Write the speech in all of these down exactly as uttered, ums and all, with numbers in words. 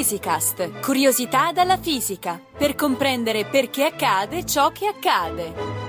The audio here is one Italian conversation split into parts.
Fisicast, curiosità dalla fisica, per comprendere perché accade ciò che accade.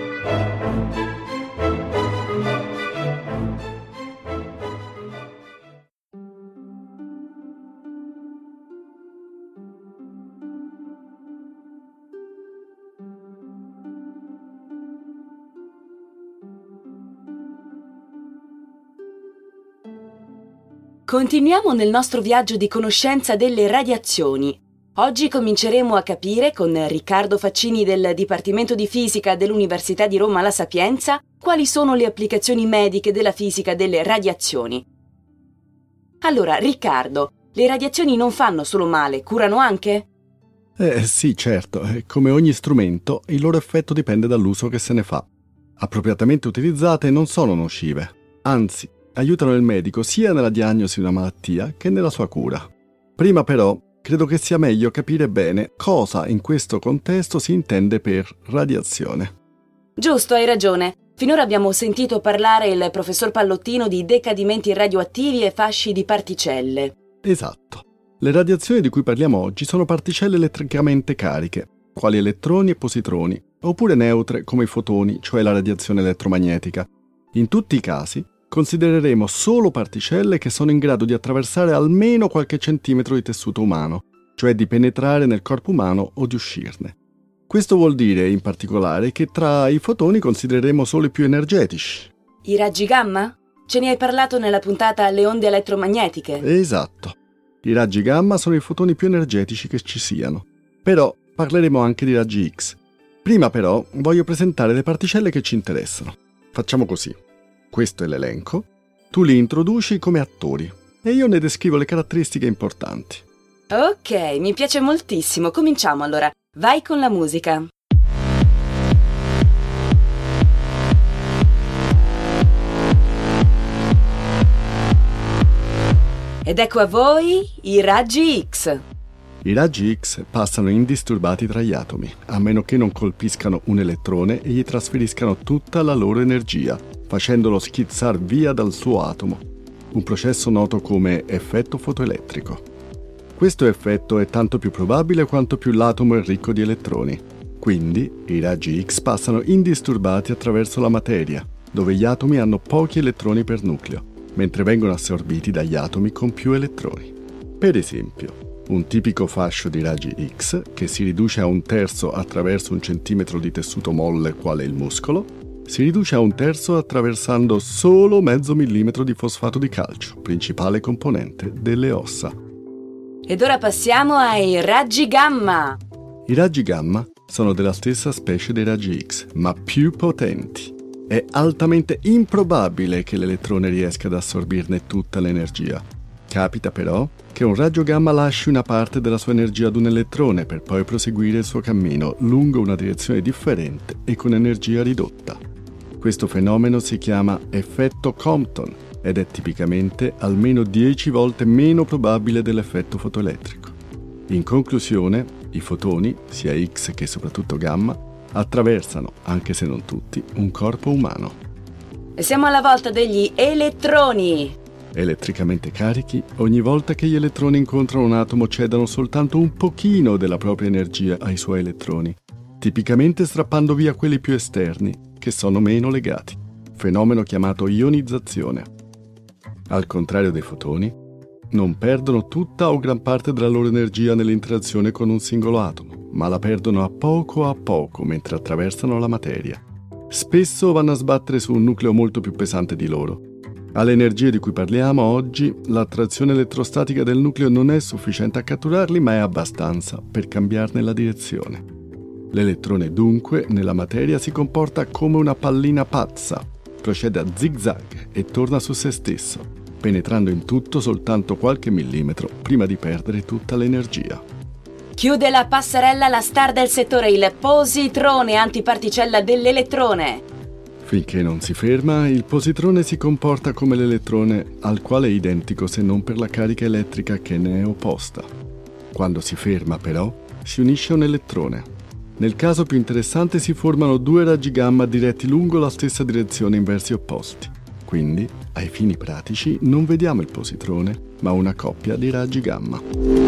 Continuiamo nel nostro viaggio di conoscenza delle radiazioni. Oggi cominceremo a capire con Riccardo Faccini del Dipartimento di Fisica dell'Università di Roma La Sapienza quali sono le applicazioni mediche della fisica delle radiazioni. Allora, Riccardo, le radiazioni non fanno solo male, curano anche? Eh sì, certo. Come ogni strumento, il loro effetto dipende dall'uso che se ne fa. Appropriatamente utilizzate non sono nocive, anzi, aiutano il medico sia nella diagnosi di una malattia che nella sua cura. Prima però, credo che sia meglio capire bene cosa in questo contesto si intende per radiazione. Giusto, hai ragione. Finora abbiamo sentito parlare il professor Pallottino di decadimenti radioattivi e fasci di particelle. Esatto. Le radiazioni di cui parliamo oggi sono particelle elettricamente cariche, quali elettroni e positroni, oppure neutre come i fotoni, cioè la radiazione elettromagnetica. In tutti i casi, considereremo solo particelle che sono in grado di attraversare almeno qualche centimetro di tessuto umano, cioè di penetrare nel corpo umano o di uscirne. Questo vuol dire, in particolare, che tra i fotoni considereremo solo i più energetici. I raggi gamma? Ce ne hai parlato nella puntata Le onde elettromagnetiche. Esatto. I raggi gamma sono i fotoni più energetici che ci siano. Però parleremo anche di raggi X. Prima però voglio presentare le particelle che ci interessano. Facciamo così. Questo è l'elenco, tu li introduci come attori e io ne descrivo le caratteristiche importanti. Ok, mi piace moltissimo. Cominciamo allora. Vai con la musica. Ed ecco a voi i raggi X. I raggi X passano indisturbati tra gli atomi, a meno che non colpiscano un elettrone e gli trasferiscano tutta la loro energia, facendolo schizzar via dal suo atomo, un processo noto come effetto fotoelettrico. Questo effetto è tanto più probabile quanto più l'atomo è ricco di elettroni. Quindi i raggi X passano indisturbati attraverso la materia, dove gli atomi hanno pochi elettroni per nucleo, mentre vengono assorbiti dagli atomi con più elettroni. Per esempio, un tipico fascio di raggi X, che si riduce a un terzo attraverso un centimetro di tessuto molle quale il muscolo, si riduce a un terzo attraversando solo mezzo millimetro di fosfato di calcio, principale componente delle ossa. Ed ora passiamo ai raggi gamma. I raggi gamma sono della stessa specie dei raggi X, ma più potenti. È altamente improbabile che l'elettrone riesca ad assorbirne tutta l'energia. Capita però che un raggio gamma lasci una parte della sua energia ad un elettrone per poi proseguire il suo cammino lungo una direzione differente e con energia ridotta. Questo fenomeno si chiama effetto Compton ed è tipicamente almeno dieci volte meno probabile dell'effetto fotoelettrico. In conclusione, i fotoni, sia X che soprattutto gamma, attraversano, anche se non tutti, un corpo umano. E siamo alla volta degli elettroni. Elettricamente carichi, ogni volta che gli elettroni incontrano un atomo cedono soltanto un pochino della propria energia ai suoi elettroni, tipicamente strappando via quelli più esterni, che sono meno legati, fenomeno chiamato ionizzazione. Al contrario dei fotoni, non perdono tutta o gran parte della loro energia nell'interazione con un singolo atomo, ma la perdono a poco a poco mentre attraversano la materia. Spesso vanno a sbattere su un nucleo molto più pesante di loro. Alle energie di cui parliamo oggi, l'attrazione elettrostatica del nucleo non è sufficiente a catturarli, ma è abbastanza per cambiarne la direzione. L'elettrone dunque nella materia si comporta come una pallina pazza, procede a zig-zag e torna su se stesso, penetrando in tutto soltanto qualche millimetro prima di perdere tutta l'energia. Chiude la passerella la star del settore, il positrone antiparticella dell'elettrone. Finché non si ferma, il positrone si comporta come l'elettrone, al quale è identico se non per la carica elettrica che ne è opposta. Quando si ferma, però, si unisce a un elettrone. Nel caso più interessante si formano due raggi gamma diretti lungo la stessa direzione in versi opposti. Quindi, ai fini pratici, non vediamo il positrone, ma una coppia di raggi gamma.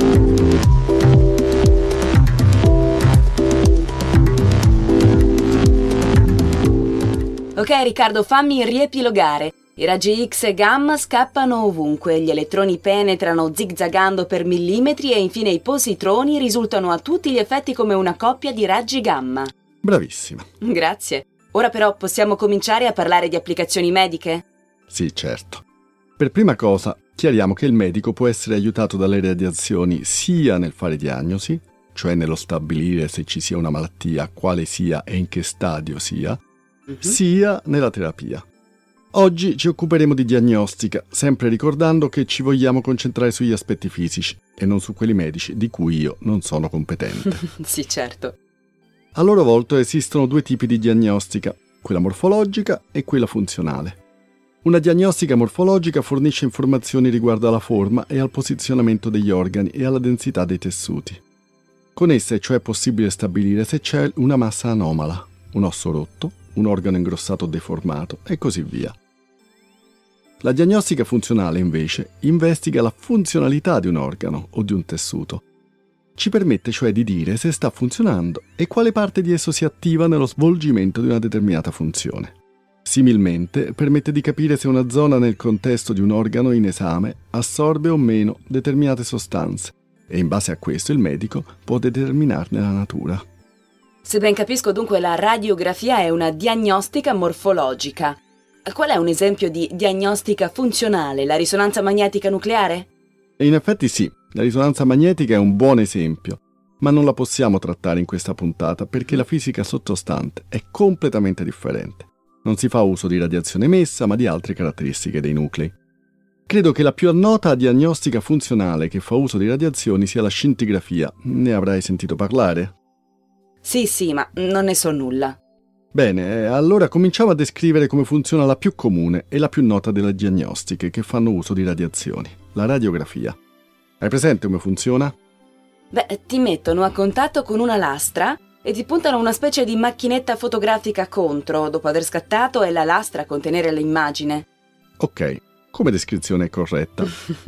Ok Riccardo, fammi riepilogare. I raggi X e gamma scappano ovunque, gli elettroni penetrano zigzagando per millimetri e infine i positroni risultano a tutti gli effetti come una coppia di raggi gamma. Bravissima. Grazie. Ora però possiamo cominciare a parlare di applicazioni mediche? Sì, certo. Per prima cosa, chiariamo che il medico può essere aiutato dalle radiazioni sia nel fare diagnosi, cioè nello stabilire se ci sia una malattia, quale sia e in che stadio sia, uh-huh. sia nella terapia. Oggi ci occuperemo di diagnostica, sempre ricordando che ci vogliamo concentrare sugli aspetti fisici e non su quelli medici, di cui io non sono competente. Sì, certo. A loro volta esistono due tipi di diagnostica, quella morfologica e quella funzionale. Una diagnostica morfologica fornisce informazioni riguardo alla forma e al posizionamento degli organi e alla densità dei tessuti. Con essa è cioè possibile stabilire se c'è una massa anomala, un osso rotto, un organo ingrossato o deformato e così via. La diagnostica funzionale, invece, investiga la funzionalità di un organo o di un tessuto. Ci permette cioè di dire se sta funzionando e quale parte di esso si attiva nello svolgimento di una determinata funzione. Similmente, permette di capire se una zona nel contesto di un organo in esame assorbe o meno determinate sostanze e in base a questo il medico può determinarne la natura. Se ben capisco, dunque, la radiografia è una diagnostica morfologica. Qual è un esempio di diagnostica funzionale? La risonanza magnetica nucleare? E in effetti sì, la risonanza magnetica è un buon esempio, ma non la possiamo trattare in questa puntata perché la fisica sottostante è completamente differente. Non si fa uso di radiazione emessa, ma di altre caratteristiche dei nuclei. Credo che la più nota diagnostica funzionale che fa uso di radiazioni sia la scintigrafia. Ne avrai sentito parlare? Sì, sì, ma non ne so nulla. Bene, allora cominciamo a descrivere come funziona la più comune e la più nota delle diagnostiche che fanno uso di radiazioni, la radiografia. Hai presente come funziona? Beh, ti mettono a contatto con una lastra e ti puntano una specie di macchinetta fotografica contro, dopo aver scattato è la lastra a contenere l'immagine. Ok, come descrizione è corretta.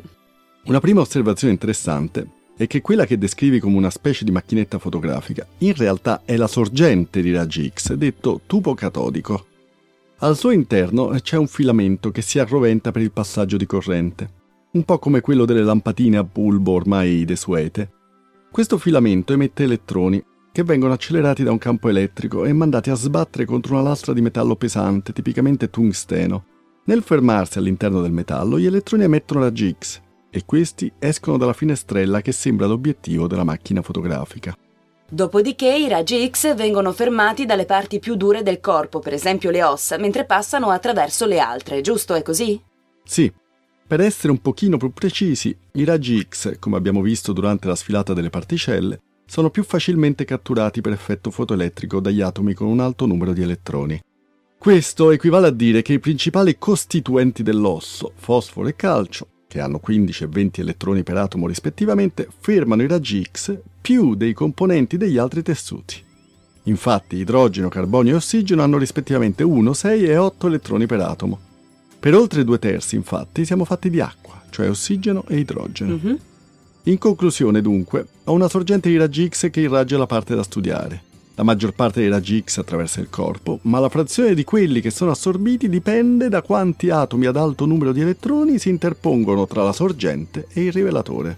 Una prima osservazione interessante è che quella che descrivi come una specie di macchinetta fotografica in realtà è la sorgente di raggi X, detto tubo catodico. Al suo interno c'è un filamento che si arroventa per il passaggio di corrente, un po' come quello delle lampadine a bulbo ormai desuete. Questo filamento emette elettroni che vengono accelerati da un campo elettrico e mandati a sbattere contro una lastra di metallo pesante, tipicamente tungsteno. Nel fermarsi all'interno del metallo, gli elettroni emettono raggi X e questi escono dalla finestrella che sembra l'obiettivo della macchina fotografica. Dopodiché i raggi X vengono fermati dalle parti più dure del corpo, per esempio le ossa, mentre passano attraverso le altre, giusto? È così? Sì. Per essere un pochino più precisi, i raggi X, come abbiamo visto durante la sfilata delle particelle, sono più facilmente catturati per effetto fotoelettrico dagli atomi con un alto numero di elettroni. Questo equivale a dire che i principali costituenti dell'osso, fosforo e calcio, che hanno quindici e venti elettroni per atomo rispettivamente, fermano i raggi X più dei componenti degli altri tessuti. Infatti idrogeno, carbonio e ossigeno hanno rispettivamente uno, sei e otto elettroni per atomo. Per oltre due terzi, infatti, siamo fatti di acqua, cioè ossigeno e idrogeno. Mm-hmm. In conclusione, dunque, ho una sorgente di raggi X che irraggia la parte da studiare. La maggior parte dei raggi X attraversa il corpo, ma la frazione di quelli che sono assorbiti dipende da quanti atomi ad alto numero di elettroni si interpongono tra la sorgente e il rivelatore.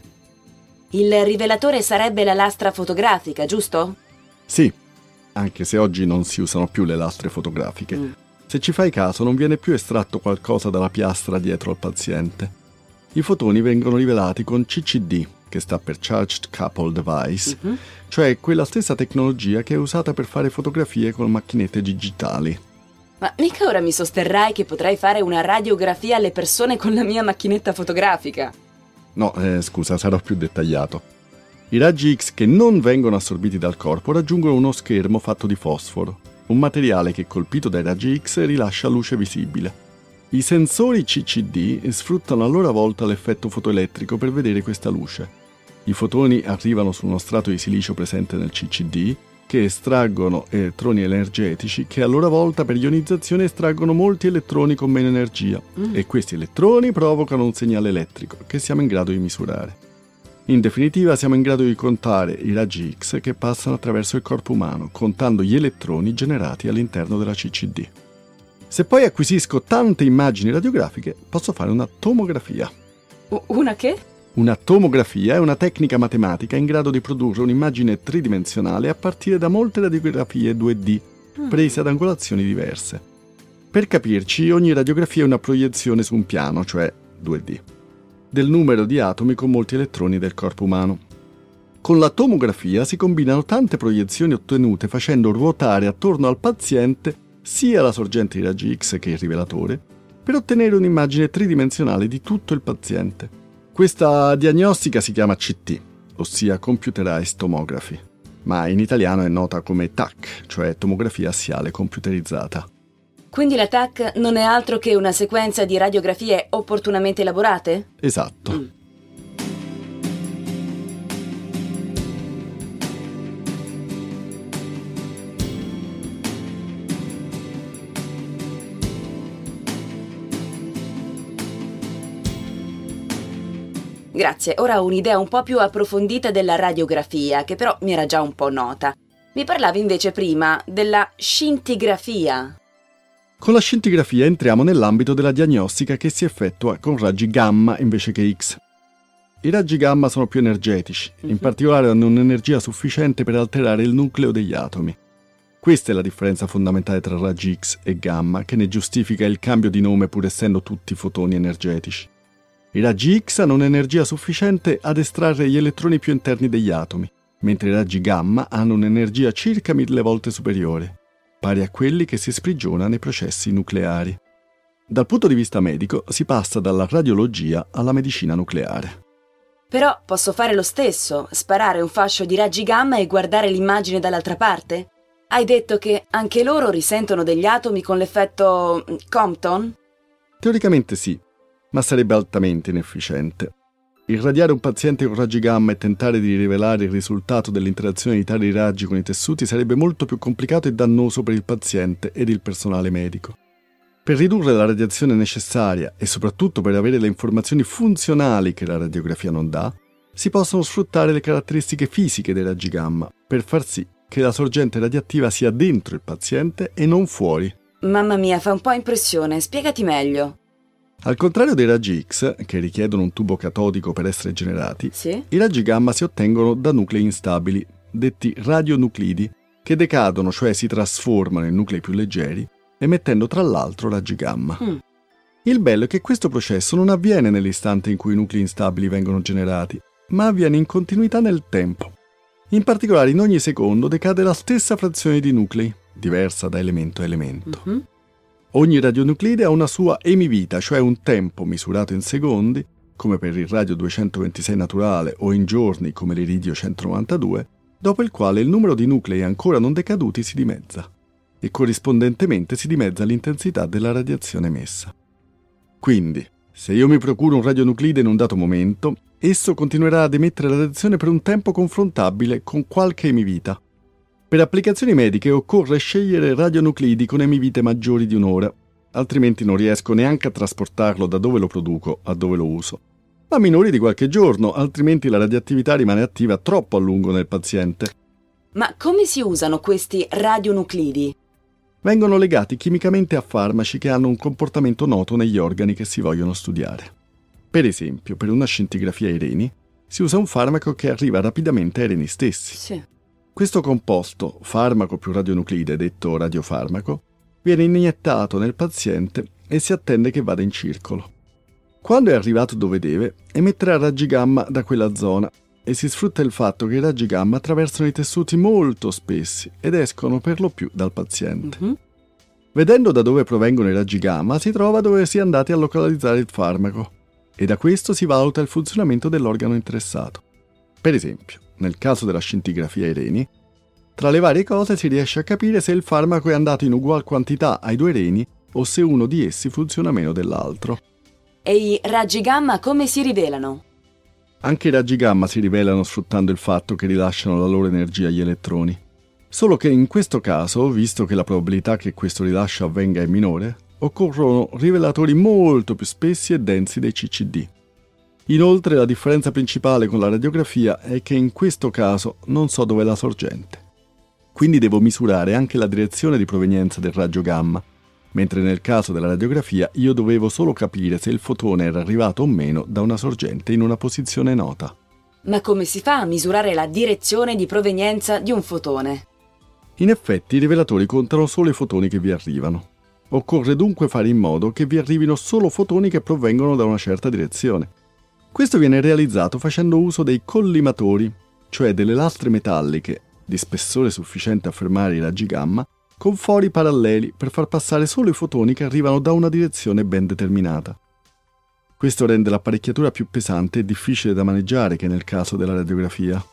Il rivelatore sarebbe la lastra fotografica, giusto? Sì, anche se oggi non si usano più le lastre fotografiche. Mm. Se ci fai caso, non viene più estratto qualcosa dalla piastra dietro al paziente. I fotoni vengono rivelati con C C D, che sta per Charged Coupled Device, uh-huh. cioè quella stessa tecnologia che è usata per fare fotografie con macchinette digitali. Ma mica ora mi sosterrai che potrei fare una radiografia alle persone con la mia macchinetta fotografica? No, eh, scusa, sarò più dettagliato. I raggi X che non vengono assorbiti dal corpo raggiungono uno schermo fatto di fosforo, un materiale che colpito dai raggi X rilascia luce visibile. I sensori C C D sfruttano a loro volta l'effetto fotoelettrico per vedere questa luce. I fotoni arrivano su uno strato di silicio presente nel C C D che estraggono elettroni energetici che a loro volta per ionizzazione estraggono molti elettroni con meno energia mm. e questi elettroni provocano un segnale elettrico che siamo in grado di misurare. In definitiva siamo in grado di contare i raggi X che passano attraverso il corpo umano, contando gli elettroni generati all'interno della C C D. Se poi acquisisco tante immagini radiografiche, posso fare una tomografia. Una che? Una tomografia è una tecnica matematica in grado di produrre un'immagine tridimensionale a partire da molte radiografie due D, prese ad angolazioni diverse. Per capirci, ogni radiografia è una proiezione su un piano, cioè due D, del numero di atomi con molti elettroni del corpo umano. Con la tomografia si combinano tante proiezioni ottenute facendo ruotare attorno al paziente sia la sorgente di raggi X che il rivelatore, per ottenere un'immagine tridimensionale di tutto il paziente. Questa diagnostica si chiama C T, ossia Computerized Tomography, ma in italiano è nota come T A C, cioè tomografia assiale computerizzata. Quindi la T A C non è altro che una sequenza di radiografie opportunamente elaborate? Esatto. Mm. Grazie, ora ho un'idea un po' più approfondita della radiografia, che però mi era già un po' nota. Mi parlavi invece prima della scintigrafia. Con la scintigrafia entriamo nell'ambito della diagnostica che si effettua con raggi gamma invece che X. I raggi gamma sono più energetici, uh-huh. in particolare hanno un'energia sufficiente per alterare il nucleo degli atomi. Questa è la differenza fondamentale tra raggi X e gamma, che ne giustifica il cambio di nome pur essendo tutti fotoni energetici. I raggi X hanno un'energia sufficiente ad estrarre gli elettroni più interni degli atomi, mentre i raggi gamma hanno un'energia circa mille volte superiore, pari a quelli che si sprigiona nei processi nucleari. Dal punto di vista medico si passa dalla radiologia alla medicina nucleare. Però posso fare lo stesso, sparare un fascio di raggi gamma e guardare l'immagine dall'altra parte? Hai detto che anche loro risentono degli atomi con l'effetto Compton? Teoricamente sì, ma sarebbe altamente inefficiente. Irradiare un paziente con raggi gamma e tentare di rivelare il risultato dell'interazione di tali raggi con i tessuti sarebbe molto più complicato e dannoso per il paziente ed il personale medico. Per ridurre la radiazione necessaria e soprattutto per avere le informazioni funzionali che la radiografia non dà, si possono sfruttare le caratteristiche fisiche dei raggi gamma per far sì che la sorgente radioattiva sia dentro il paziente e non fuori. Mamma mia, fa un po' impressione, spiegati meglio. Al contrario dei raggi X, che richiedono un tubo catodico per essere generati, sì? I raggi gamma si ottengono da nuclei instabili, detti radionuclidi, che decadono, cioè si trasformano in nuclei più leggeri, emettendo tra l'altro raggi gamma. Mm. Il bello è che questo processo non avviene nell'istante in cui i nuclei instabili vengono generati, ma avviene in continuità nel tempo. In particolare in ogni secondo decade la stessa frazione di nuclei, diversa da elemento a elemento. Mm-hmm. Ogni radionuclide ha una sua emivita, cioè un tempo misurato in secondi, come per il radio duecentoventisei naturale o in giorni come l'iridio centonovantadue, dopo il quale il numero di nuclei ancora non decaduti si dimezza e corrispondentemente si dimezza l'intensità della radiazione emessa. Quindi, se io mi procuro un radionuclide in un dato momento, esso continuerà ad emettere radiazione per un tempo confrontabile con qualche emivita. Per applicazioni mediche occorre scegliere radionuclidi con emivite maggiori di un'ora, altrimenti non riesco neanche a trasportarlo da dove lo produco a dove lo uso. Ma minori di qualche giorno, altrimenti la radioattività rimane attiva troppo a lungo nel paziente. Ma come si usano questi radionuclidi? Vengono legati chimicamente a farmaci che hanno un comportamento noto negli organi che si vogliono studiare. Per esempio, per una scintigrafia ai reni, si usa un farmaco che arriva rapidamente ai reni stessi. Sì. Questo composto, farmaco più radionuclide, detto radiofarmaco, viene iniettato nel paziente e si attende che vada in circolo. Quando è arrivato dove deve, emetterà raggi gamma da quella zona e si sfrutta il fatto che i raggi gamma attraversano i tessuti molto spessi ed escono per lo più dal paziente. Mm-hmm. Vedendo da dove provengono i raggi gamma, si trova dove si è andati a localizzare il farmaco e da questo si valuta il funzionamento dell'organo interessato. Per esempio, nel caso della scintigrafia ai reni, tra le varie cose si riesce a capire se il farmaco è andato in ugual quantità ai due reni o se uno di essi funziona meno dell'altro. E i raggi gamma come si rivelano? Anche i raggi gamma si rivelano sfruttando il fatto che rilasciano la loro energia agli elettroni. Solo che in questo caso, visto che la probabilità che questo rilascio avvenga è minore, occorrono rivelatori molto più spessi e densi dei C C D. Inoltre la differenza principale con la radiografia è che in questo caso non so dove è la sorgente. Quindi devo misurare anche la direzione di provenienza del raggio gamma, mentre nel caso della radiografia io dovevo solo capire se il fotone era arrivato o meno da una sorgente in una posizione nota. Ma come si fa a misurare la direzione di provenienza di un fotone? In effetti i rivelatori contano solo i fotoni che vi arrivano. Occorre dunque fare in modo che vi arrivino solo fotoni che provengono da una certa direzione. Questo viene realizzato facendo uso dei collimatori, cioè delle lastre metalliche di spessore sufficiente a fermare i raggi gamma, con fori paralleli per far passare solo i fotoni che arrivano da una direzione ben determinata. Questo rende l'apparecchiatura più pesante e difficile da maneggiare che nel caso della radiografia.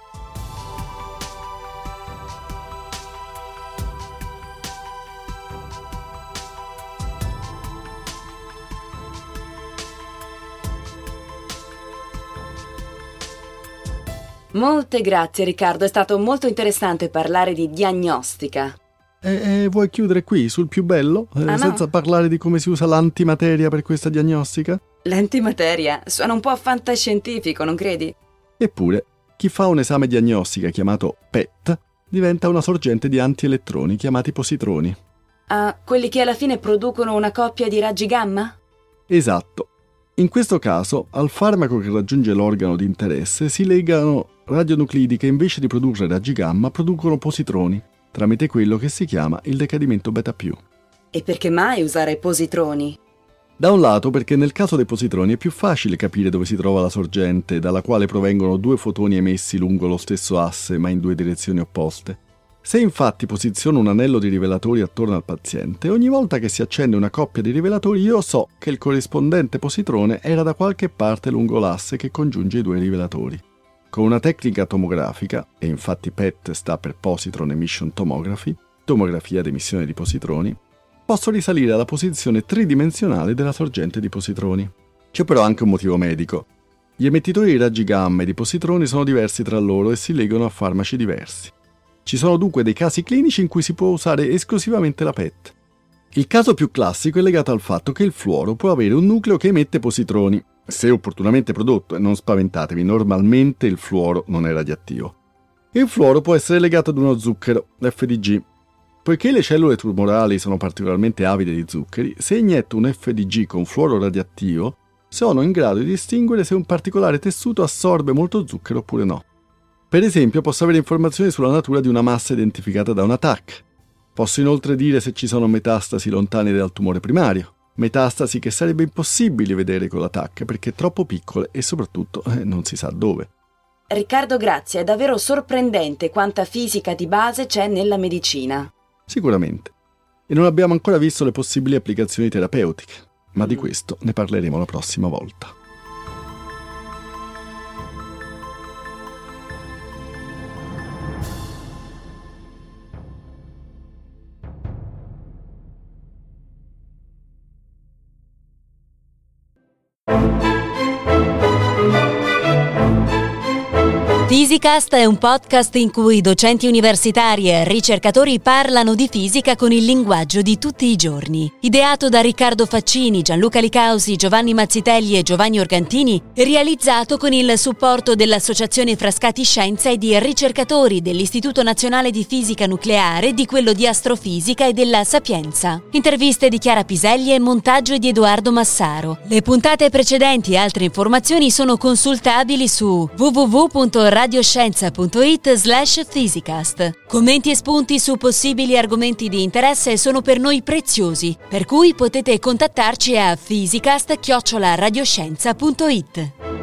Molte grazie Riccardo, è stato molto interessante parlare di diagnostica. E, e vuoi chiudere qui, sul più bello, eh, ah, senza no. parlare di come si usa l'antimateria per questa diagnostica? L'antimateria suona un po' fantascientifico, non credi? Eppure, chi fa un esame diagnostica chiamato P E T diventa una sorgente di antielettroni chiamati positroni. Ah, quelli che alla fine producono una coppia di raggi gamma? Esatto. In questo caso, al farmaco che raggiunge l'organo di interesse si legano radionuclidi che invece di produrre raggi gamma producono positroni, tramite quello che si chiama il decadimento beta più. E perché mai usare positroni? Da un lato perché nel caso dei positroni è più facile capire dove si trova la sorgente dalla quale provengono due fotoni emessi lungo lo stesso asse ma in due direzioni opposte. Se infatti posiziono un anello di rivelatori attorno al paziente, ogni volta che si accende una coppia di rivelatori io so che il corrispondente positrone era da qualche parte lungo l'asse che congiunge i due rivelatori. Con una tecnica tomografica, e infatti P E T sta per Positron Emission Tomography, tomografia ad emissione di positroni, posso risalire alla posizione tridimensionale della sorgente di positroni. C'è però anche un motivo medico. Gli emettitori di raggi gamma e di positroni sono diversi tra loro e si legano a farmaci diversi. Ci sono dunque dei casi clinici in cui si può usare esclusivamente la P E T. Il caso più classico è legato al fatto che il fluoro può avere un nucleo che emette positroni, se opportunamente prodotto, e non spaventatevi, normalmente il fluoro non è radioattivo. Il fluoro può essere legato ad uno zucchero, l'F D G. Poiché le cellule tumorali sono particolarmente avide di zuccheri, se inietto un F D G con fluoro radioattivo, sono in grado di distinguere se un particolare tessuto assorbe molto zucchero oppure no. Per esempio, posso avere informazioni sulla natura di una massa identificata da una T A C. Posso inoltre dire se ci sono metastasi lontane dal tumore primario, metastasi che sarebbe impossibile vedere con la T A C perché troppo piccole e soprattutto eh, non si sa dove. Riccardo, grazie, è davvero sorprendente quanta fisica di base c'è nella medicina. Sicuramente. E non abbiamo ancora visto le possibili applicazioni terapeutiche, ma mm. di questo ne parleremo la prossima volta. Fisicast è un podcast in cui docenti universitari e ricercatori parlano di fisica con il linguaggio di tutti i giorni. Ideato da Riccardo Faccini, Gianluca Licausi, Giovanni Mazzitelli e Giovanni Organtini, realizzato con il supporto dell'Associazione Frascati Scienza e di ricercatori dell'Istituto Nazionale di Fisica Nucleare, di quello di Astrofisica e della Sapienza. Interviste di Chiara Piselli e montaggio di Edoardo Massaro. Le puntate precedenti e altre informazioni sono consultabili su w w w punto radioscienza punto it slash fisicast. Commenti e spunti su possibili argomenti di interesse sono per noi preziosi, per cui potete contattarci a fisicast chiocciola radioscienza punto it.